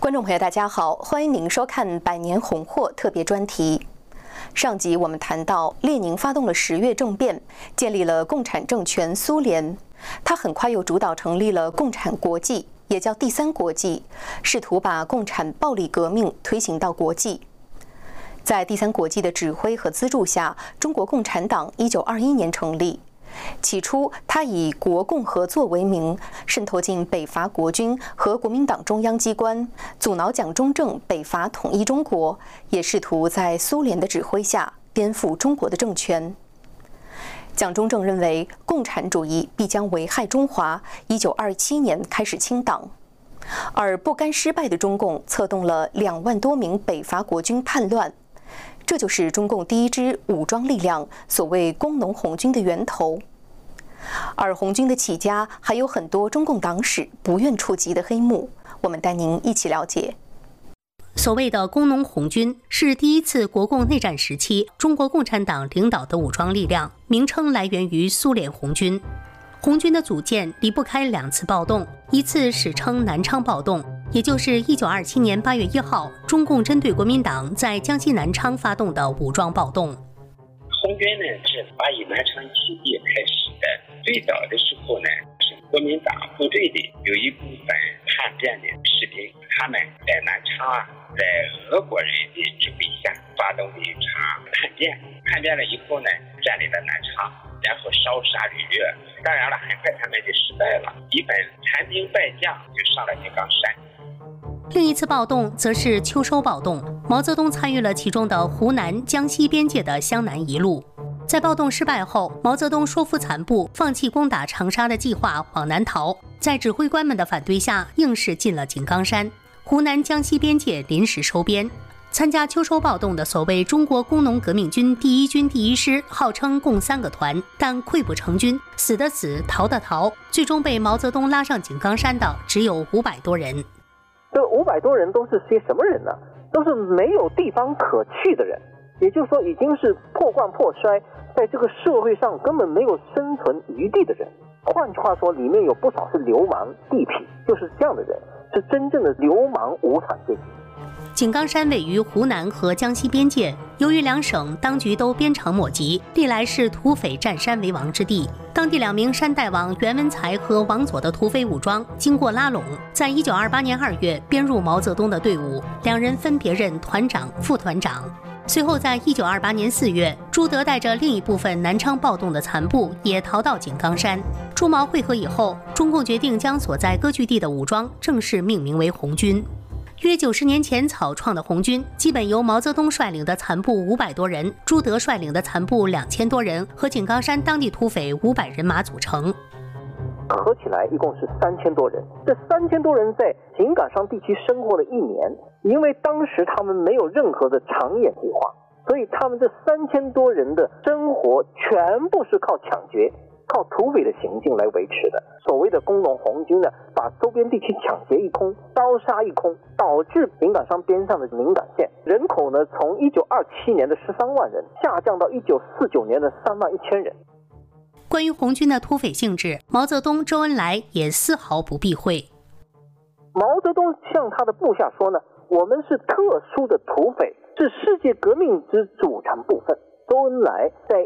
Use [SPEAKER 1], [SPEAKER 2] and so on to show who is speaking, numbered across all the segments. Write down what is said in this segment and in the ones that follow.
[SPEAKER 1] 观众朋友，大家好，欢迎您收看《百年红祸》特别专题。上集我们谈到，列宁发动了10月政变，建立了共产政权苏联。他很快又主导成立了共产国际，也叫第三国际，试图把共产暴力革命推行到国际。在第三国际的指挥和资助下，中国共产党1921年成立。起初，他以国共合作为名，渗透进北伐国军和国民党中央机关，阻挠蒋中正北伐统一中国，也试图在苏联的指挥下颠覆中国的政权。蒋中正认为共产主义必将危害中华，1927年开始清党。而不甘失败的中共策动了2万多名北伐国军叛乱。这就是中共第一支武装力量，所谓工农红军的源头。而红军的起家还有很多中共党史不愿触及的黑幕，我们带您一起了解。
[SPEAKER 2] 所谓的工农红军是第一次国共内战时期中国共产党领导的武装力量，名称来源于苏联红军。红军的组建离不开2次暴动，一次史称南昌暴动，也就是1927年8月1号，中共针对国民党在江西南昌发动的武装暴动。
[SPEAKER 3] 红军呢是发以南昌起义开始的，最早的时候呢是国民党部队的有一部分叛变的士兵，他们在南昌在俄国人的指挥下发动了一场叛变，叛变了以后呢占领了南昌，然后烧杀掳掠，当然了，很快他们就失败了，基本残兵败将就上了井冈山。
[SPEAKER 2] 另一次暴动则是秋收暴动，毛泽东参与了其中的湖南、江西边界的湘南一路。在暴动失败后，毛泽东说服残部放弃攻打长沙的计划，往南逃。在指挥官们的反对下，硬是进了井冈山。湖南、江西边界临时收编。参加秋收暴动的所谓中国工农革命军第1军第1师，号称共3个团，但溃不成军，死的死，逃的逃，最终被毛泽东拉上井冈山的只有500多人。
[SPEAKER 4] 这500多人都是些什么人呢？都是没有地方可去的人，也就是说已经是破罐破摔，在这个社会上根本没有生存余地的人。换句话说，里面有不少是流氓地痞，就是这样的人，是真正的流氓无产阶级。
[SPEAKER 2] 井冈山位于湖南和江西边界，由于2省当局都鞭长莫及，历来是土匪占山为王之地。当地2名山大王袁文才和王佐的土匪武装经过拉拢，在1928年2月编入毛泽东的队伍，2人分别任团长、副团长。随后在1928年4月，朱德带着另一部分南昌暴动的残部也逃到井冈山。朱毛会合以后，中共决定将所在割据地的武装正式命名为红军。约90年前草创的红军，基本由毛泽东率领的残部500多人，朱德率领的残部2000多人和井冈山当地土匪500人马组成。
[SPEAKER 4] 合起来一共是3000多人。这3000多人在井冈山地区生活了1年，因为当时他们没有任何的长远计划，所以他们这3000多人的生活全部是靠抢劫、靠土匪的行径来维持的。所谓的工农红军呢，把周边地区抢劫一空，刀杀一空，导致井冈山边上的临港县人口呢，从1927年的13万人下降到1949年的3万1000人。
[SPEAKER 2] 关于红军的土匪性质，毛泽东、周恩来也丝毫不避讳。
[SPEAKER 4] 毛泽东向他的部下说呢，我们是特殊的土匪，是世界革命之组成部分。周恩来在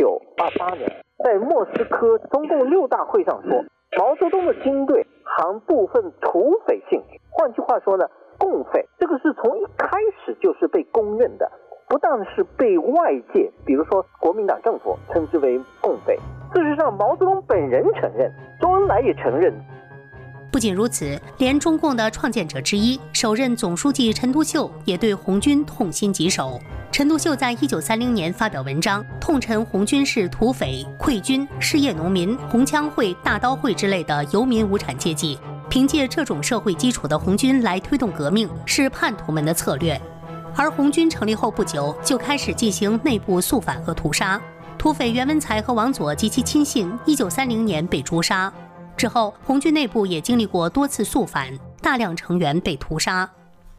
[SPEAKER 4] 1988年在莫斯科中共6大会上说，毛泽东的军队含部分土匪性质。换句话说呢，共匪这个是从一开始就是被公认的，不但是被外界，比如说国民党政府称之为共匪，事实上毛泽东本人承认，周恩来也承认。
[SPEAKER 2] 不仅如此，连中共的创建者之一、首任总书记陈独秀也对红军痛心疾首。陈独秀在1930年发表文章，痛陈红军是土匪、溃军、失业农民、红枪会、大刀会之类的游民无产阶级。凭借这种社会基础的红军来推动革命，是叛徒们的策略。而红军成立后不久，就开始进行内部肃反和屠杀。土匪袁文才和王佐及其亲信1930年被诛杀。之后，红军内部也经历过多次肃反，大量成员被屠杀。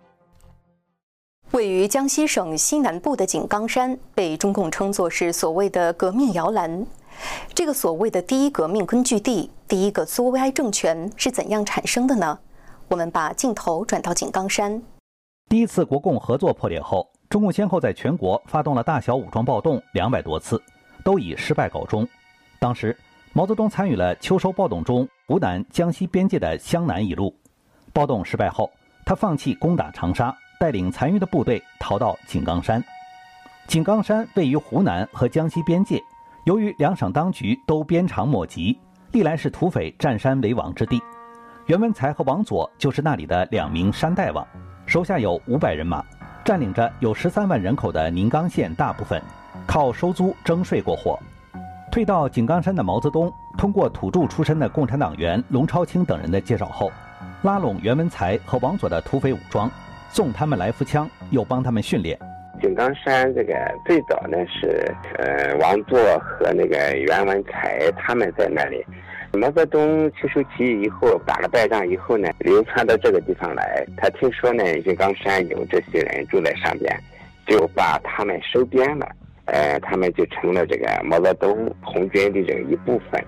[SPEAKER 1] 位于江西省西南部的井冈山被中共称作是所谓的革命摇篮。这个所谓的第一革命根据地、第一个苏维埃政权是怎样产生的呢？ 我们把镜头转到井冈山。
[SPEAKER 5] 第一次国共合作破裂后，中共先后在全国发动了大小武装暴动200多次，都以失败告终。当时，毛泽东参与了秋收暴动中湖南、江西边界的湘南一路。暴动失败后，他放弃攻打长沙，带领残余的部队逃到井冈山。井冈山位于湖南和江西边界，由于两省当局都鞭长莫及，历来是土匪占山为王之地。袁文才和王佐就是那里的2名山大王，手下有500人马，占领着有13万人口的宁冈县大部分，靠收租征税过活。退到井冈山的毛泽东，通过土著出身的共产党员龙超清等人的介绍后，拉拢袁文才和王佐的土匪武装，送他们来福枪，又帮他们训练。
[SPEAKER 3] 井冈山这个最早呢是王佐和那个袁文才他们在那里。毛泽东秋收起义以后，打了败仗以后呢，流窜到这个地方来。他听说呢，井冈山有这些人住在上边，就把他们收编了。他们就成了这个毛泽东红军的这个一部分。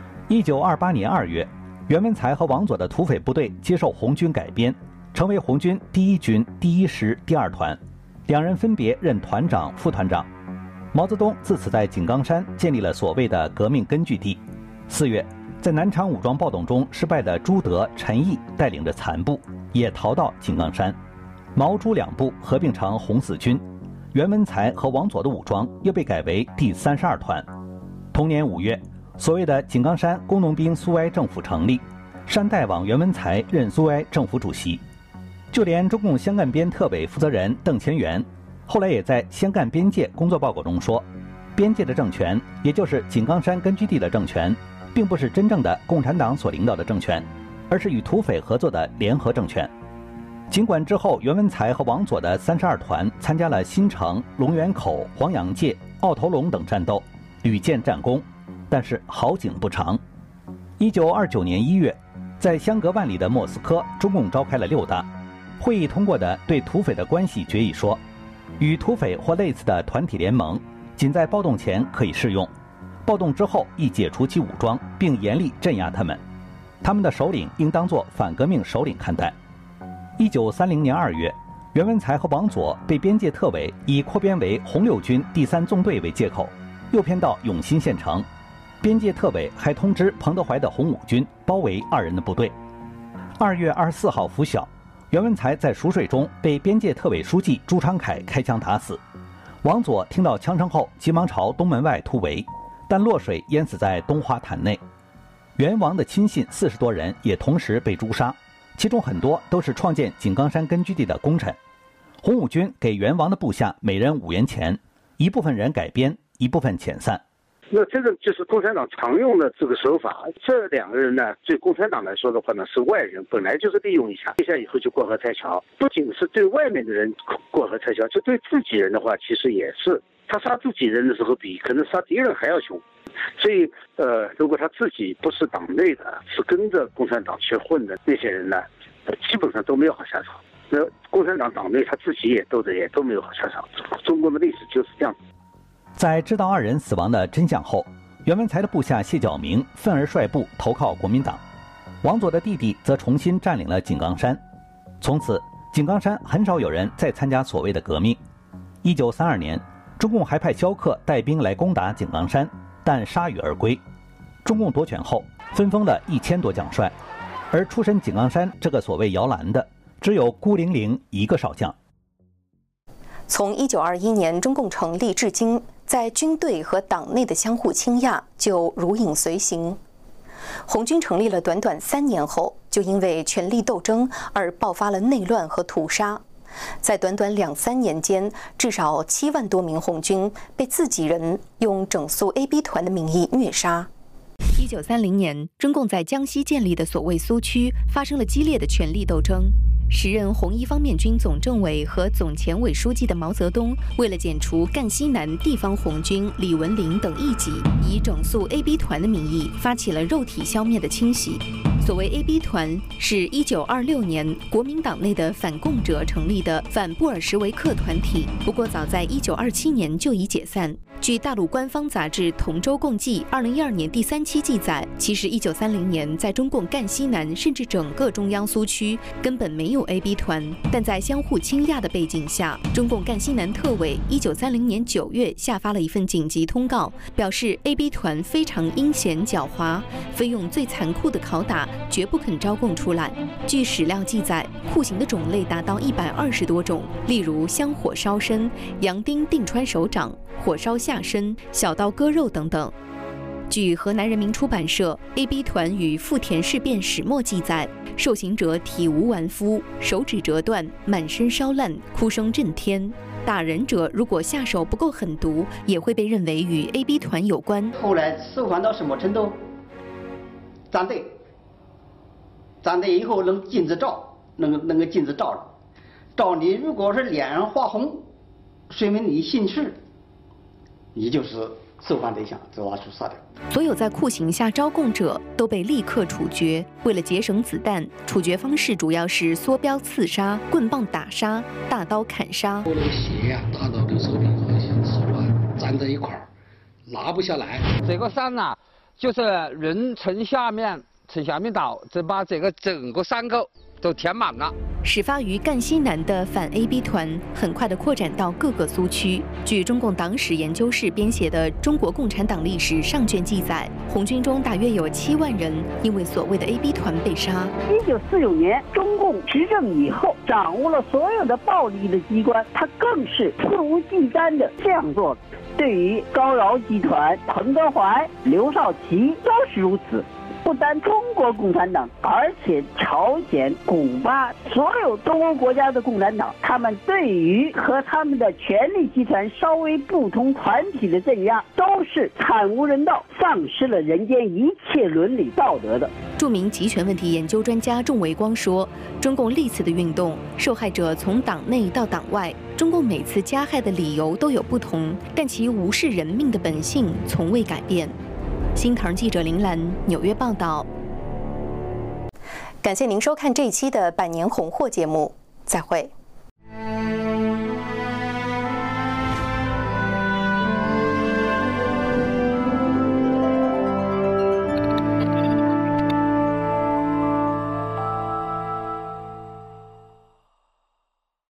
[SPEAKER 5] 1928年2月，袁文才和王佐的土匪部队接受红军改编，成为红军第1军第1师第2团，两人分别任团长、副团长。毛泽东自此在井冈山建立了所谓的革命根据地。4月，在南昌武装暴动中失败的朱德、陈毅带领着残部也逃到井冈山，毛朱两部合并成红四军，袁文才和王佐的武装又被改为第32团。同年5月，所谓的井冈山工农兵苏维埃政府成立，山大王袁文才任苏维埃政府主席。就连中共湘赣边特委负责人邓乾元，后来也在湘赣边界工作报告中说，边界的政权，也就是井冈山根据地的政权，并不是真正的共产党所领导的政权，而是与土匪合作的联合政权。尽管之后袁文才和王佐的32团参加了新城、龙源口、黄杨界、奥头龙等战斗，屡建战功，但是好景不长。1929年1月，在相隔万里的莫斯科，中共召开了6大会议，通过的对土匪的关系决议说，与土匪或类似的团体联盟，仅在暴动前可以适用，暴动之后亦解除其武装，并严厉镇压他们。他们的首领应当作反革命首领看待。1930年2月，袁文才和王佐被边界特委以扩编为红六军第3纵队为借口，诱骗到永新县城。边界特委还通知彭德怀的红五军包围2人的部队。2月24号拂晓，袁文才在熟睡中被边界特委书记朱昌凯开枪打死。王佐听到枪声后，急忙朝东门外突围，但落水淹死在东花坛内。袁王的亲信40多人也同时被诛杀，其中很多都是创建井冈山根据地的功臣。红五军给袁王的部下每人5元钱，一部分人改编，一部分遣散。
[SPEAKER 6] 那这个就是共产党常用的这个手法。这2个人呢，对共产党来说的话呢，是外人，本来就是利用一下以后就过河拆桥。不仅是对外面的人过河拆桥，就对自己人的话，其实也是。他杀自己人的时候，比可能杀敌人还要凶。所以，如果他自己不是党内的，是跟着共产党去混的那些人呢，基本上都没有好下场。那共产党党内他自己也都没有好下场。中国的历史就是这样。
[SPEAKER 5] 在知道2人死亡的真相后，袁文才的部下谢晓明愤而率部投靠国民党，王佐的弟弟则重新占领了井冈山。从此，井冈山很少有人再参加所谓的革命。1932年，中共还派萧克带兵来攻打井冈山，但铩羽而归。中共夺权后，分封了1000多将帅，而出身井冈山这个所谓摇篮的，只有孤零零1个少将。
[SPEAKER 1] 从1921年中共成立至今，在军队和党内的相互倾轧就如影随形。红军成立了短短3年后，就因为权力斗争而爆发了内乱和屠杀。在短短2-3年间，至少7万多名红军被自己人用整肃 AB 团的名义虐杀。1930年，中共在江西建立的所谓苏区发生了激烈的权力斗争。时任红一方面军总政委和总前委书记的毛泽东，为了剪除赣西南地方红军李文林等异己，以整肃 AB 团的名义发起了肉体消灭的清洗。所谓 AB 团，是1926年国民党内的反共者成立的反布尔什维克团体，不过早在1927年就已解散。 据大陆官方杂志《同舟共济》2012年第3期记载，其实1930年在中共赣西南甚至整个中央苏区根本没有 AB 团，但在相互倾轧的背景下，中共赣西南特委1930年9月下发了一份紧急通告，表示 AB 团非常阴险狡猾，非用最残酷的拷打，绝不肯招供出来。据史料记载，酷刑的种类达到120多种，例如香火烧身、洋钉钉穿手掌、火烧下身、小刀割肉等等。据河南人民出版社《AB 团与富田事变始末》记载，受刑者体无完肤，手指折断，满身烧烂，哭声震天。打人者如果下手不够狠毒，也会被认为与 AB 团有关。
[SPEAKER 7] 后来受缓到什么程度？站队以后能禁止照，能够禁止照了。照你如果是脸上发红，说明你姓氏，你就是受犯对象，择挖处杀掉。
[SPEAKER 1] 所有在酷刑下招供者都被立刻处决。为了节省子弹，处决方式主要是梭镖刺杀、棍棒打杀、大刀砍杀。
[SPEAKER 8] 那个血啊打到这个手臂和手腕粘在一块儿，拉不下来。
[SPEAKER 9] 这个山呐，就是人从下面倒，就把这个整个山沟都填满了。
[SPEAKER 1] 始发于赣西南的反 AB 团，很快地扩展到各个苏区。据中共党史研究室编写的《中国共产党历史》上卷记载，红军中大约有7万人因为所谓的 AB 团被杀。
[SPEAKER 10] 1949年，中共执政以后，掌握了所有的暴力的机关，他更是肆无忌惮地这样做。对于高饶集团、彭德怀、刘少奇都是如此。不单中国共产党，而且朝鲜、古巴所有东欧国家的共产党，他们对于和他们的权力集团稍微不同团体的镇压，都是惨无人道，丧失了人间一切伦理道德的。
[SPEAKER 1] 著名极权问题研究专家仲维光说，中共历次的运动，受害者从党内到党外，中共每次加害的理由都有不同，但其无视人命的本性从未改变。新唐记者林兰纽约报道。感谢您收看这一期的百年红货节目，再会。